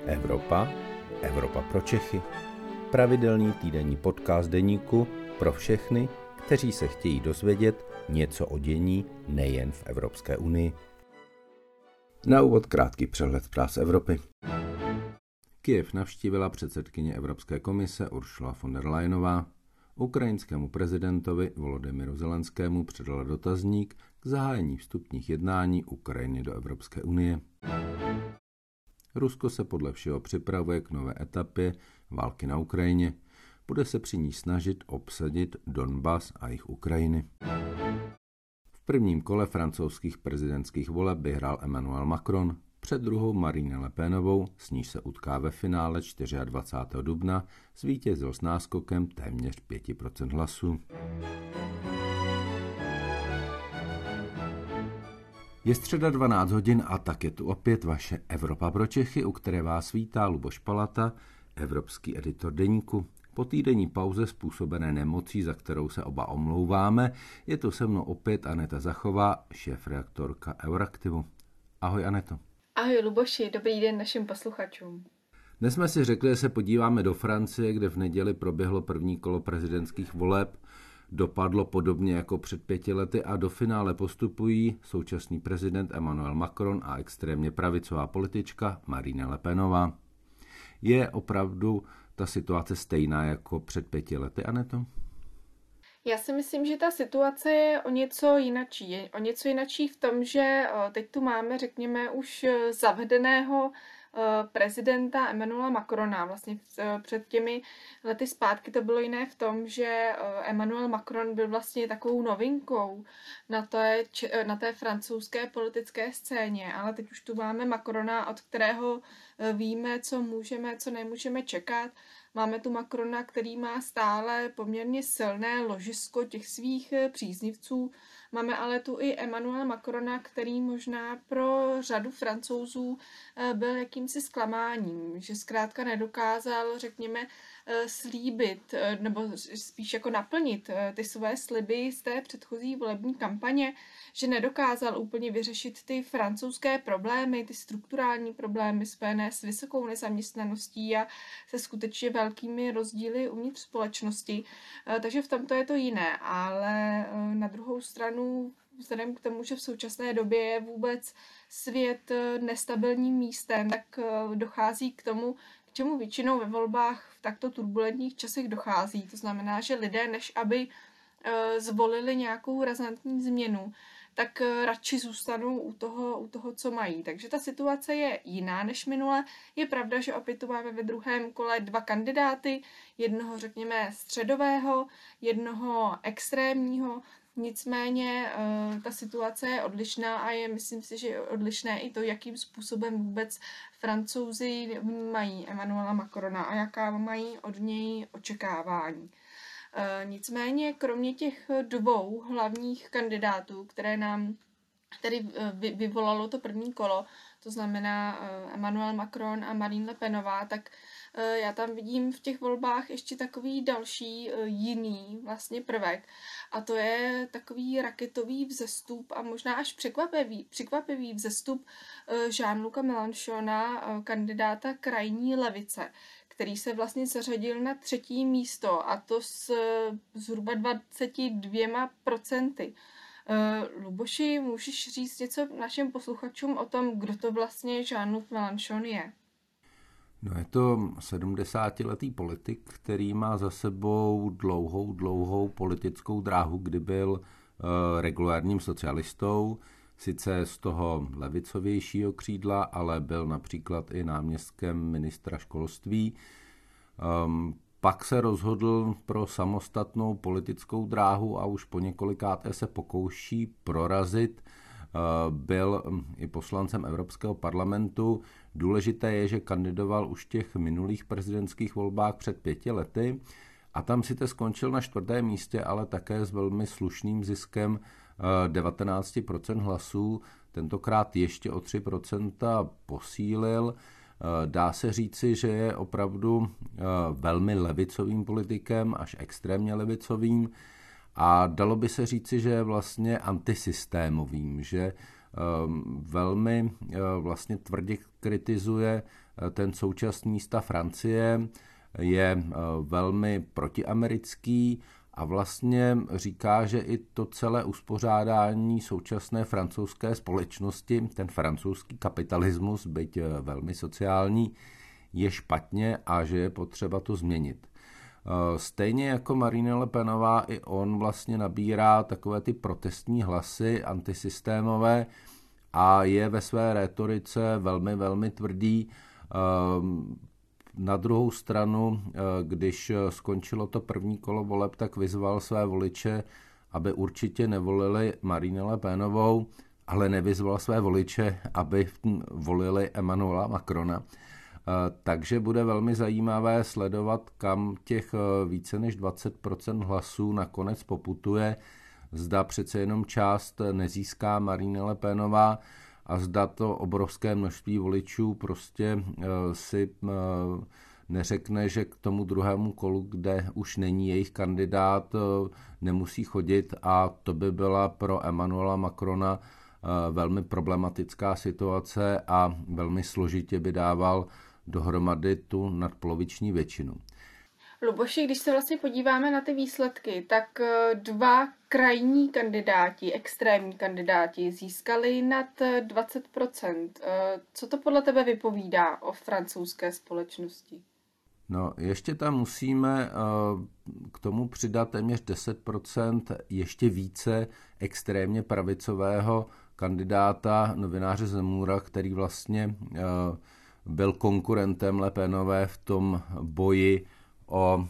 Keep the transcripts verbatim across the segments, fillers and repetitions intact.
Evropa, Evropa pro Čechy. Pravidelný týdenní podcast deníku pro všechny, kteří se chtějí dozvědět něco o dění nejen v Evropské unii. Na úvod krátký přehled zpráv z Evropy. Kyjev navštívila předsedkyně Evropské komise Ursula von der Leyenová. Ukrajinskému prezidentovi Volodymyru Zelenskému předala dotazník k zahájení vstupních jednání Ukrajiny do Evropské unie. Rusko se podle všeho připravuje k nové etapě války na Ukrajině. Bude se při ní snažit obsadit Donbas a jih Ukrajiny. V prvním kole francouzských prezidentských voleb vyhrál Emmanuel Macron před druhou Marine Le Penovou, s níž se utká ve finále dvacátého čtvrtého dubna, zvítězil s náskokem téměř pět procent hlasů. Je středa dvanáct hodin a tak je tu opět vaše Evropa pro Čechy, u které vás vítá Luboš Palata, evropský editor deníku. Po týdenní pauze způsobené nemocí, za kterou se oba omlouváme, je tu se mnou opět Aneta Zachová, šéfredaktorka Euraktivu. Ahoj Aneto. Ahoj Luboši, dobrý den našim posluchačům. Dnes jsme si řekli, že se podíváme do Francie, kde v neděli proběhlo první kolo prezidentských voleb. Dopadlo podobně jako před pěti lety a do finále postupují současný prezident Emmanuel Macron a extrémně pravicová politička Marine Le Penová. Je opravdu ta situace stejná jako před pěti lety, Aneto? Já si myslím, že ta situace je o něco jinačí. Je o něco jinačí v tom, že teď tu máme, řekněme, už zavedeného prezidenta Emmanuela Macrona. Vlastně před těmi lety zpátky to bylo jiné v tom, že Emmanuel Macron byl vlastně takovou novinkou na té, na té francouzské politické scéně, ale teď už tu máme Macrona, od kterého víme, co můžeme, co nemůžeme čekat. Máme tu Macrona, který má stále poměrně silné ložisko těch svých příznivců. Máme ale tu i Emmanuela Macrona, který možná pro řadu Francouzů byl jakýmsi zklamáním, že zkrátka nedokázal, řekněme, slíbit, nebo spíš jako naplnit ty své sliby z té předchozí volební kampaně, že nedokázal úplně vyřešit ty francouzské problémy, ty strukturální problémy spojené s vysokou nezaměstnaností a se skutečně velkými rozdíly uvnitř společnosti. Takže v tomto je to jiné, ale na druhou stranu vzhledem k tomu, že v současné době je vůbec svět nestabilním místem, tak dochází k tomu, k čemu většinou ve volbách v takto turbulentních časech dochází. To znamená, že lidé, než aby zvolili nějakou razantní změnu, tak radši zůstanou u toho, u toho, co mají. Takže ta situace je jiná než minule. Je pravda, že opět tu máme ve druhém kole dva kandidáty, jednoho, řekněme, středového, jednoho extrémního. Nicméně ta situace je odlišná a je, myslím si, že je odlišné i to, jakým způsobem vůbec Francouzi vnímají Emmanuela Macrona a jaká mají od něj očekávání. Nicméně kromě těch dvou hlavních kandidátů, které nám tedy vyvolalo to první kolo, to znamená Emmanuel Macron a Marine Le Penová, tak já tam vidím v těch volbách ještě takový další jiný vlastně prvek a to je takový raketový vzestup a možná až překvapivý, překvapivý vzestup Jean-Luca Mélenchona, kandidáta krajní levice, který se vlastně zařadil na třetí místo a to s zhruba dvaceti dvěma procenty. Luboši, můžeš říct něco našim posluchačům o tom, kdo to vlastně Jean-Luc Mélenchon je? No je to sedmdesátiletý politik, který má za sebou dlouhou, dlouhou politickou dráhu, kdy byl uh, regulárním socialistou, sice z toho levicovějšího křídla, ale byl například i náměstkem ministra školství. Um, pak se rozhodl pro samostatnou politickou dráhu a už po několikáté se pokouší prorazit. Uh, byl i poslancem Evropského parlamentu. Důležité je, že kandidoval už v těch minulých prezidentských volbách před pěti lety a tam sice skončil na čtvrtém místě, ale také s velmi slušným ziskem devatenáct procent hlasů, tentokrát ještě o tři procenta posílil. Dá se říci, že je opravdu velmi levicovým politikem, až extrémně levicovým a dalo by se říci, že je vlastně antisystémovým, že velmi vlastně tvrdě kritizuje ten současný stav Francie, je velmi protiamerický a vlastně říká, že i to celé uspořádání současné francouzské společnosti, ten francouzský kapitalismus, byť velmi sociální, je špatně a že je potřeba to změnit. Stejně jako Marine Le Penová, i on vlastně nabírá takové ty protestní hlasy antisystémové a je ve své rétorice velmi, velmi tvrdý. Na druhou stranu, když skončilo to první kolo voleb, tak vyzval své voliče, aby určitě nevolili Marine Le Penovou, ale nevyzval své voliče, aby volili Emmanuela Macrona. Takže bude velmi zajímavé sledovat, kam těch více než dvacet procent hlasů nakonec poputuje. Zda přece jenom část nezíská Marine Le Penová a zda to obrovské množství voličů prostě si neřekne, že k tomu druhému kolu, kde už není jejich kandidát, nemusí chodit, a to by byla pro Emmanuela Macrona velmi problematická situace a velmi složitě by dával dohromady tu nadpoloviční většinu. Luboši, když se vlastně podíváme na ty výsledky, tak dva krajní kandidáti, extrémní kandidáti získali nad dvacet procent. Co to podle tebe vypovídá o francouzské společnosti? No, ještě tam musíme k tomu přidat téměř deset procent ještě více extrémně pravicového kandidáta, novináře Zemmoura, který vlastně byl konkurentem Le Penové v tom boji o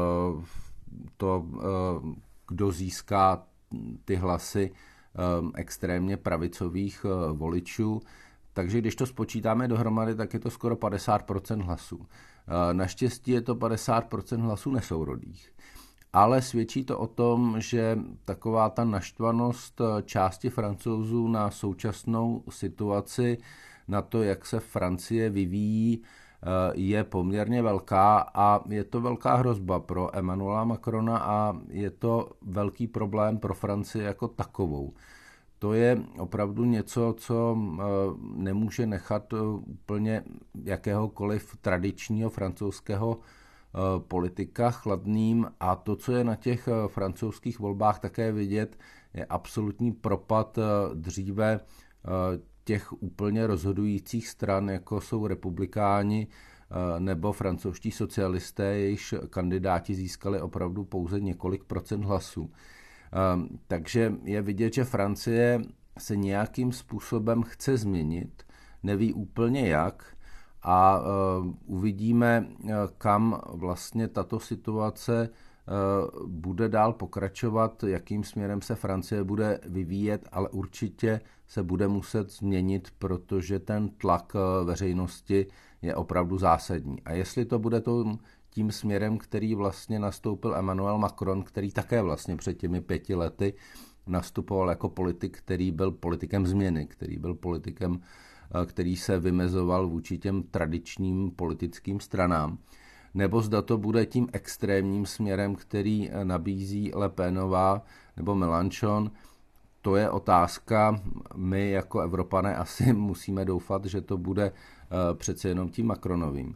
to, kdo získá ty hlasy extrémně pravicových voličů. Takže když to spočítáme dohromady, tak je to skoro padesát procent hlasů. Naštěstí je to padesát procent hlasů nesourodých. Ale svědčí to o tom, že taková ta naštvanost části Francouzů na současnou situaci, na to, jak se Francie vyvíjí, je poměrně velká a je to velká hrozba pro Emmanuela Macrona a je to velký problém pro Francii jako takovou. To je opravdu něco, co nemůže nechat úplně jakéhokoliv tradičního francouzského politika chladným, a to, co je na těch francouzských volbách také vidět, je absolutní propad dříve těch úplně rozhodujících stran, jako jsou republikáni nebo francouzští socialisté, jejichž kandidáti získali opravdu pouze několik procent hlasů. Takže je vidět, že Francie se nějakým způsobem chce změnit, neví úplně jak, a uvidíme, kam vlastně tato situace bude dál pokračovat, jakým směrem se Francie bude vyvíjet, ale určitě se bude muset změnit, protože ten tlak veřejnosti je opravdu zásadní. A jestli to bude to tím směrem, který vlastně nastoupil Emmanuel Macron, který také vlastně před těmi pěti lety nastupoval jako politik, který byl politikem změny, který byl politikem, který se vymezoval vůči těm tradičním politickým stranám, nebo zda to bude tím extrémním směrem, který nabízí Le Penová nebo Mélenchon. To je otázka. My jako Evropané asi musíme doufat, že to bude přece jenom tím Macronovým.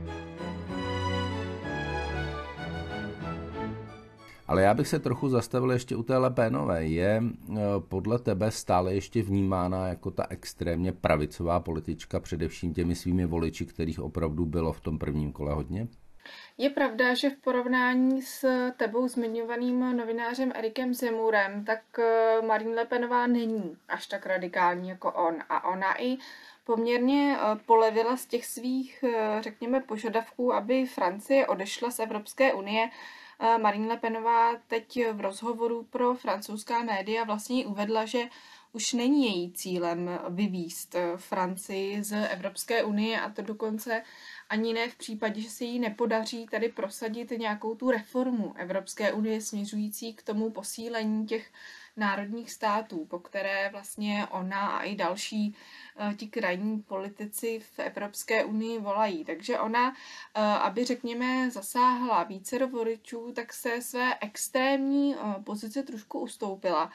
Ale já bych se trochu zastavil ještě u té Le Penové. Je podle tebe stále ještě vnímána jako ta extrémně pravicová politička, především těmi svými voliči, kterých opravdu bylo v tom prvním kole hodně? Je pravda, že v porovnání s tebou zmiňovaným novinářem Erikem Zemmourem, tak Marine Le Penová není až tak radikální jako on. A ona i poměrně polevila z těch svých, řekněme, požadavků, aby Francie odešla z Evropské unie. Marine Le Penová teď v rozhovoru pro francouzská média vlastně uvedla, že už není její cílem vyvízt Francii z Evropské unie, a to dokonce ani ne v případě, že se jí nepodaří tady prosadit nějakou tu reformu Evropské unie směřující k tomu posílení těch národních států, po které vlastně ona a i další ti krajní politici v Evropské unii volají. Takže ona, aby řekněme zasáhla více do voličů, tak se své extrémní pozice trošku ustoupila.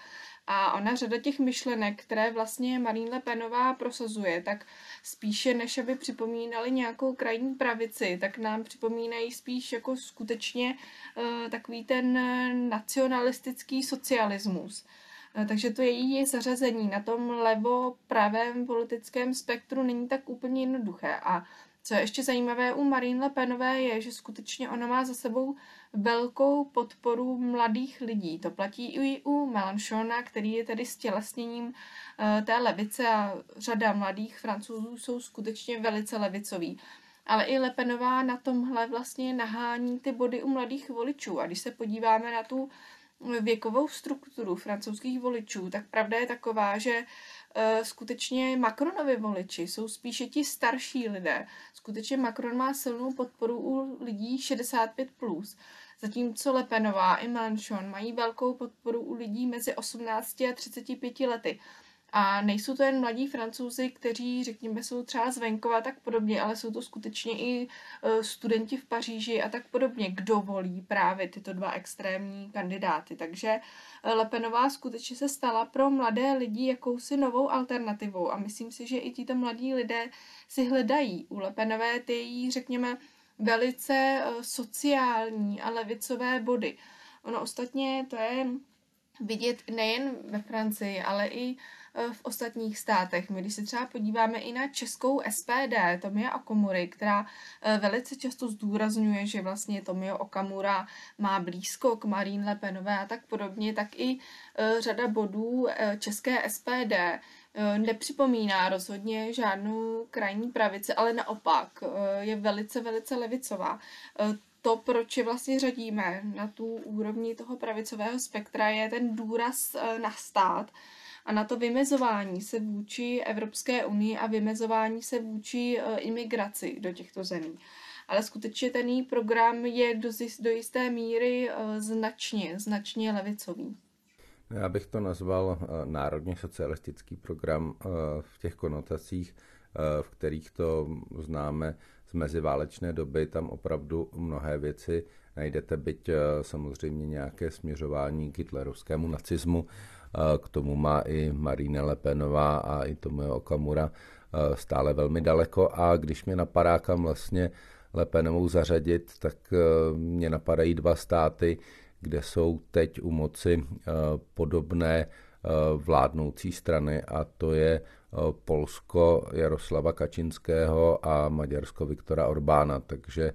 A ona řada těch myšlenek, které vlastně Marine Le Penová prosazuje, tak spíše než aby připomínali nějakou krajní pravici, tak nám připomínají spíš jako skutečně uh, takový ten nacionalistický socialismus. Uh, takže to její zařazení na tom levo-pravém politickém spektru není tak úplně jednoduché. A co je ještě zajímavé u Marine Le Penové je, že skutečně ona má za sebou velkou podporu mladých lidí. To platí i u Mélenchona, který je tedy stělesněním té levice a řada mladých Francouzů jsou skutečně velice levicoví. Ale i Le Penová na tomhle vlastně nahání ty body u mladých voličů. A když se podíváme na tu věkovou strukturu francouzských voličů, tak pravda je taková, že uh, skutečně Macronovi voliči jsou spíše ti starší lidé. Skutečně Macron má silnou podporu u lidí šedesát pět plus, zatímco Le Penová i Mélenchon mají velkou podporu u lidí mezi osmnácti a třiceti pěti lety. A nejsou to jen mladí Francouzi, kteří, řekněme, jsou třeba z venkova a tak podobně, ale jsou to skutečně i studenti v Paříži a tak podobně, kdo volí právě tyto dva extrémní kandidáty. Takže Le Penová skutečně se stala pro mladé lidi jakousi novou alternativou a myslím si, že i tito mladí lidé si hledají u Le Penové ty její, řekněme, velice sociální a levicové body. Ono ostatně to je vidět nejen ve Francii, ale i v ostatních státech. My, když se třeba podíváme i na českou S P D, Tomia Okamury, která velice často zdůrazňuje, že vlastně Tomio Okamura má blízko k Marine Le Penové a tak podobně, tak i řada bodů české S P D nepřipomíná rozhodně žádnou krajní pravici, ale naopak je velice, velice levicová. To, proč je vlastně řadíme na tu úrovni toho pravicového spektra, je ten důraz na stát a na to vymezování se vůči Evropské unii a vymezování se vůči imigraci do těchto zemí. Ale skutečně ten její program je do, do jisté míry značně, značně levicový. Já bych to nazval národně socialistický program v těch konotacích, v kterých to známe z meziválečné doby. Tam opravdu mnohé věci najdete, byť samozřejmě nějaké směřování k hitlerovskému nacismu. K tomu má i Marine Le Penová a i Tomio Okamura stále velmi daleko. A když mě napadá, kam vlastně Le Penovou zařadit, tak mě napadají dva státy, kde jsou teď u moci podobné vládnoucí strany, a to je Polsko Jaroslava Kačinského a Maďarsko Viktora Orbána. Takže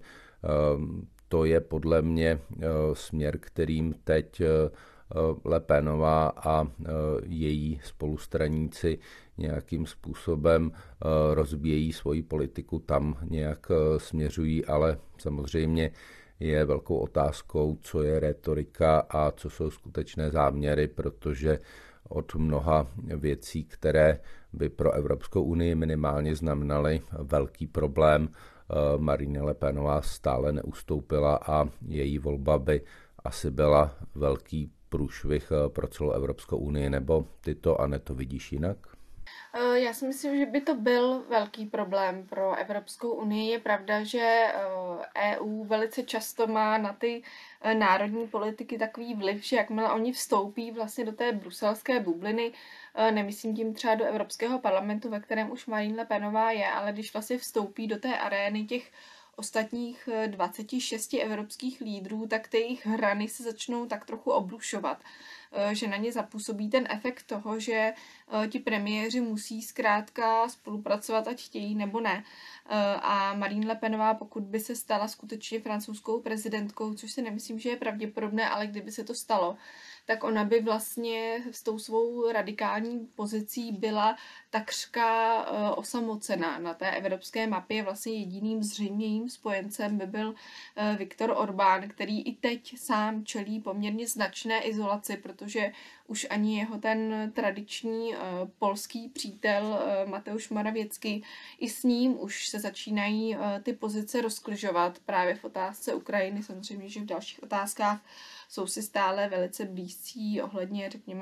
to je podle mě směr, kterým teď Le Penová a její spolustraníci nějakým způsobem rozvíjejí svoji politiku, tam nějak směřují, ale samozřejmě je velkou otázkou, co je rétorika a co jsou skutečné záměry, protože od mnoha věcí, které by pro Evropskou unii minimálně znamenaly velký problém, Marine Le Penová stále neustoupila a její volba by asi byla velký průšvih pro celou Evropskou unii, nebo ty to, Anne, to vidíš jinak? Já si myslím, že by to byl velký problém pro Evropskou unii. Je pravda, že E U velice často má na ty národní politiky takový vliv, že jakmile oni vstoupí vlastně do té bruselské bubliny, nemyslím tím třeba do Evropského parlamentu, ve kterém už Marine Le Penová je, ale když vlastně vstoupí do té arény těch ostatních dvaceti šesti evropských lídrů, tak ty jejich hrany se začnou tak trochu obrušovat, že na ně zapůsobí ten efekt toho, že ti premiéři musí zkrátka spolupracovat, ať chtějí nebo ne. A Marine Le Penová, pokud by se stala skutečně francouzskou prezidentkou, což si nemyslím, že je pravděpodobné, ale kdyby se to stalo, tak ona by vlastně s tou svou radikální pozicí byla takřka osamocená. Na té evropské mapě vlastně jediným zřejmě jejím spojencem by byl Viktor Orbán, který i teď sám čelí poměrně značné izolaci, protože už ani jeho ten tradiční polský přítel Mateusz Morawiecki, i s ním už se začínají ty pozice rozkližovat právě v otázce Ukrajiny. Samozřejmě, že v dalších otázkách jsou si stále velice blízcí ohledně, řekněme,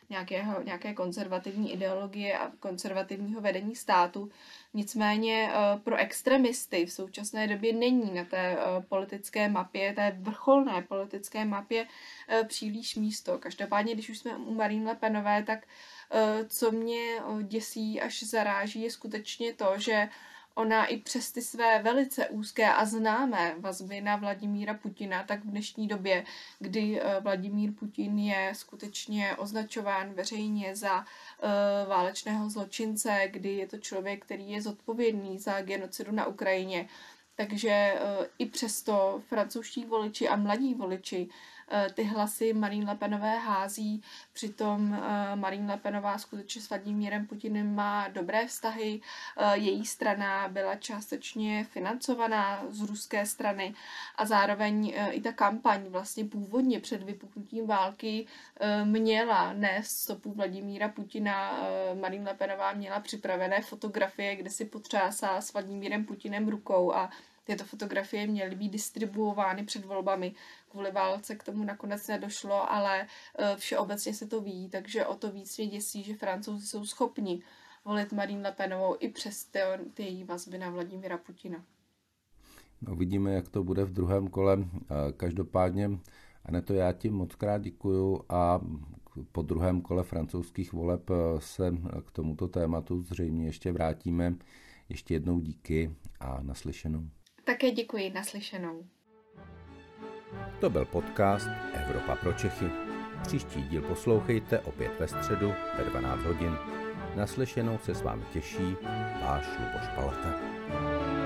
nějakého, nějaké konzervativní ideologie a konzervativního vedení státu. Nicméně pro extremisty v současné době není na té politické mapě, té vrcholné politické mapě příliš místo. Každopádně, když už jsme u Marine Le Penové, tak co mě děsí až zaráží je skutečně to, že ona i přes ty své velice úzké a známé vazby na Vladimíra Putina, tak v dnešní době, kdy Vladimír Putin je skutečně označován veřejně za uh, válečného zločince, kdy je to člověk, který je zodpovědný za genocidu na Ukrajině, takže uh, i přesto francouzští voliči a mladí voliči uh, ty hlasy Marine Le Penové hází. Přitom uh, Marine Le Penová skutečně s Vladimírem Putinem má dobré vztahy. Uh, její strana byla částečně financovaná z ruské strany a zároveň uh, i ta kampaň vlastně původně před vypuknutím války uh, měla nést stopu Vladimíra Putina. Uh, Marine Le Penová měla připravené fotografie, kde si potřásá s Vladimírem Putinem rukou a tyto fotografie měly být distribuovány před volbami. Kvůli válce k tomu nakonec nedošlo, ale všeobecně se to ví, takže o to víc mě děsí, že Francouzi jsou schopni volit Marine Le Penovou i přes ty, ty její vazby na Vladimíra Putina. No, vidíme, jak to bude v druhém kole. Každopádně, Aneto, já ti moc krát děkuju a po druhém kole francouzských voleb se k tomuto tématu zřejmě ještě vrátíme. Ještě jednou díky a naslyšenou. Také děkuji, naslyšenou. To byl podcast Evropa pro Čechy. Příští díl poslouchejte opět ve středu ve dvanáct hodin. Naslyšenou se s vámi těší váš Luboš Palata.